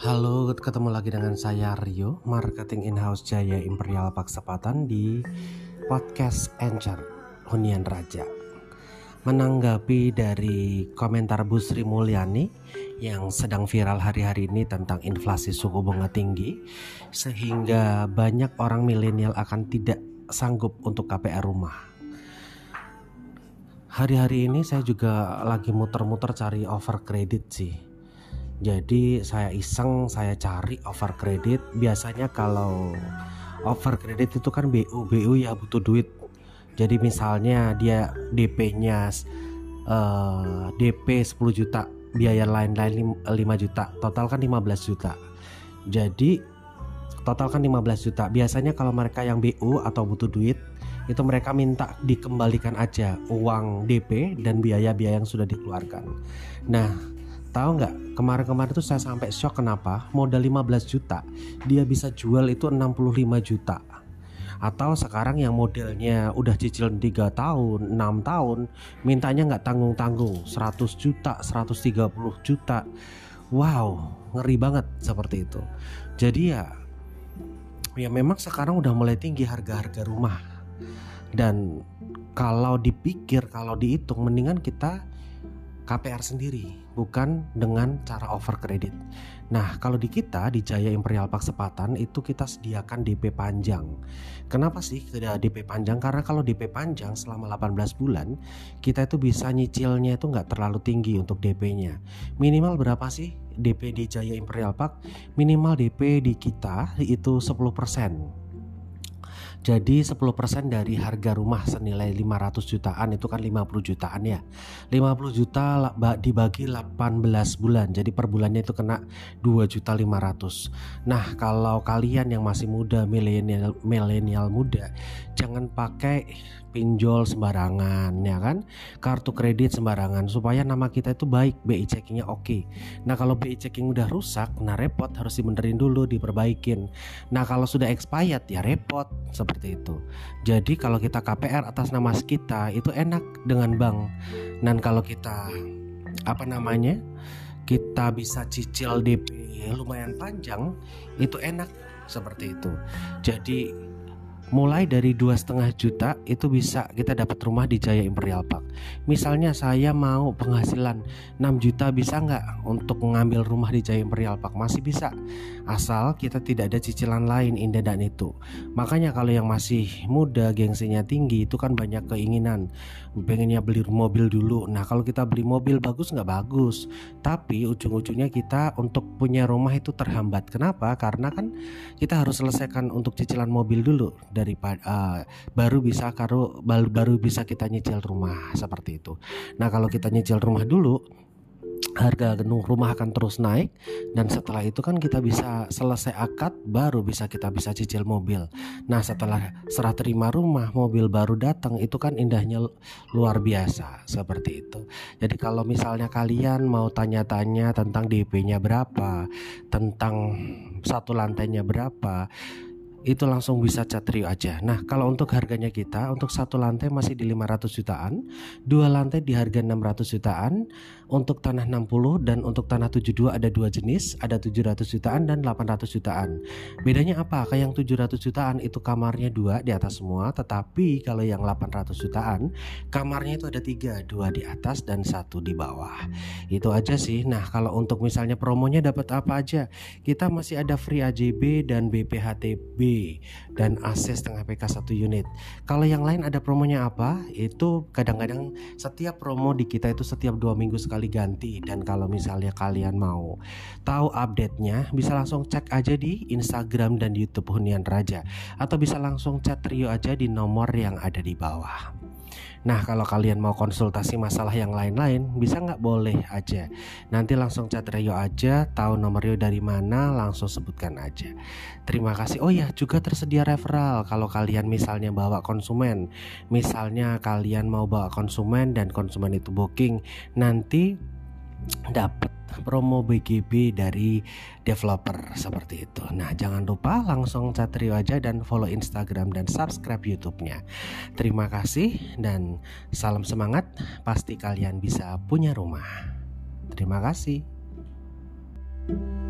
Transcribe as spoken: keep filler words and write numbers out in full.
Halo, ketemu lagi dengan saya Rio, Marketing In-House Jaya Imperial Paksepatan di podcast Anchor Hunian Raja. Menanggapi dari komentar Bu Sri Mulyani yang sedang viral hari-hari ini tentang inflasi suku bunga tinggi, sehingga banyak orang milenial akan tidak sanggup untuk K P R rumah. Hari-hari ini saya juga lagi muter-muter cari over credit sih. Jadi saya iseng, saya cari over credit. Biasanya kalau over credit itu kan B U, B U ya butuh duit. Jadi misalnya dia D P-nya uh, D P sepuluh juta, biaya lain-lain lima juta, total kan lima belas juta. Jadi total kan lima belas juta. Biasanya kalau mereka yang B U atau butuh duit, itu mereka minta dikembalikan aja uang D P dan biaya-biaya yang sudah dikeluarkan. Nah, tahu nggak, kemarin-kemarin tuh saya sampai shock kenapa modal lima belas juta dia bisa jual itu enam puluh lima juta. Atau sekarang yang modelnya udah cicil tiga tahun, enam tahun, mintanya nggak tanggung-tanggung seratus juta, seratus tiga puluh juta. Wow, ngeri banget seperti itu. Jadi ya ya memang sekarang udah mulai tinggi harga-harga rumah. Dan kalau dipikir, kalau dihitung, mendingan kita K P R sendiri, bukan dengan cara over credit. Nah, kalau di kita di Jaya Imperial Paksepatan itu kita sediakan D P panjang. Kenapa sih tidak D P panjang? Karena kalau D P panjang selama delapan belas bulan, kita itu bisa nyicilnya itu nggak terlalu tinggi untuk D P-nya. Minimal berapa sih D P di Jaya Imperial Pak? Minimal D P di kita itu sepuluh persen. Jadi sepuluh persen dari harga rumah senilai lima ratus jutaan itu kan lima puluh jutaan ya. lima puluh juta dibagi delapan belas bulan. Jadi per bulannya itu kena dua juta lima ratus. Nah, kalau kalian yang masih muda, milenial milenial muda, jangan pakai pinjol sembarangan ya kan. Kartu kredit sembarangan supaya nama kita itu baik, B I checkingnya oke. Nah, kalau B I checking udah rusak, nah repot, harus dibenerin dulu, diperbaikin. Nah, kalau sudah expired ya repot. Seperti itu. Jadi kalau kita K P R atas nama kita itu enak dengan bank. Dan kalau kita apa namanya kita bisa cicil D P lumayan panjang, itu enak seperti itu. Jadi mulai dari dua setengah juta itu bisa kita dapat rumah di Jaya Imperial Park. Misalnya saya mau penghasilan enam juta, bisa nggak untuk mengambil rumah di Jaya Imperial Park? Masih bisa, asal kita tidak ada cicilan lain indah dan itu. Makanya kalau yang masih muda, gengsinya tinggi, itu kan banyak keinginan, pengennya beli mobil dulu. Nah, kalau kita beli mobil bagus nggak bagus, tapi ujung-ujungnya kita untuk punya rumah itu terhambat. Kenapa? Karena kan kita harus selesaikan untuk cicilan mobil dulu daripada uh, baru bisa karo baru, baru bisa kita nyicil rumah seperti itu. Nah, kalau kita nyicil rumah dulu, harga rumah akan terus naik, dan setelah itu kan kita bisa selesai akad, baru bisa kita bisa cicil mobil. Nah, setelah serah terima rumah, mobil baru datang, itu kan indahnya luar biasa seperti itu. Jadi kalau misalnya kalian mau tanya-tanya tentang D P-nya berapa, tentang satu lantainya berapa, itu langsung bisa chat Rio aja. Nah, kalau untuk harganya kita, untuk satu lantai masih di lima ratus jutaan, dua lantai di harga enam ratus jutaan, untuk tanah enam puluh dan untuk tanah tujuh puluh dua ada dua jenis, ada tujuh ratus jutaan dan delapan ratus jutaan. Bedanya apa? Kayak yang tujuh ratus jutaan itu kamarnya dua di atas semua, tetapi kalau yang delapan ratus jutaan kamarnya itu ada tiga, dua di atas dan satu di bawah. Itu aja sih. Nah, kalau untuk misalnya promonya dapat apa aja? Kita masih ada free A J B dan B P H T B dan A C setengah P K satu unit. Kalau yang lain ada promonya apa? Itu kadang-kadang setiap promo di kita itu setiap dua minggu sekali ganti. Dan kalau misalnya kalian mau tahu update-nya, bisa langsung cek aja di Instagram dan YouTube Hunian Raja, atau bisa langsung chat Rio aja di nomor yang ada di bawah. Nah, kalau kalian mau konsultasi masalah yang lain-lain, bisa nggak? Boleh aja. Nanti langsung chat Rio aja, tahu nomor Rio dari mana, langsung sebutkan aja. Terima kasih. Oh ya, juga tersedia referral kalau kalian misalnya bawa konsumen. Misalnya kalian mau bawa konsumen dan konsumen itu booking, nanti dapat promo B G B dari developer seperti itu. Nah, jangan lupa langsung chat Rio aja dan follow Instagram dan subscribe YouTube-nya. Terima kasih dan salam semangat. Pasti kalian bisa punya rumah. Terima kasih.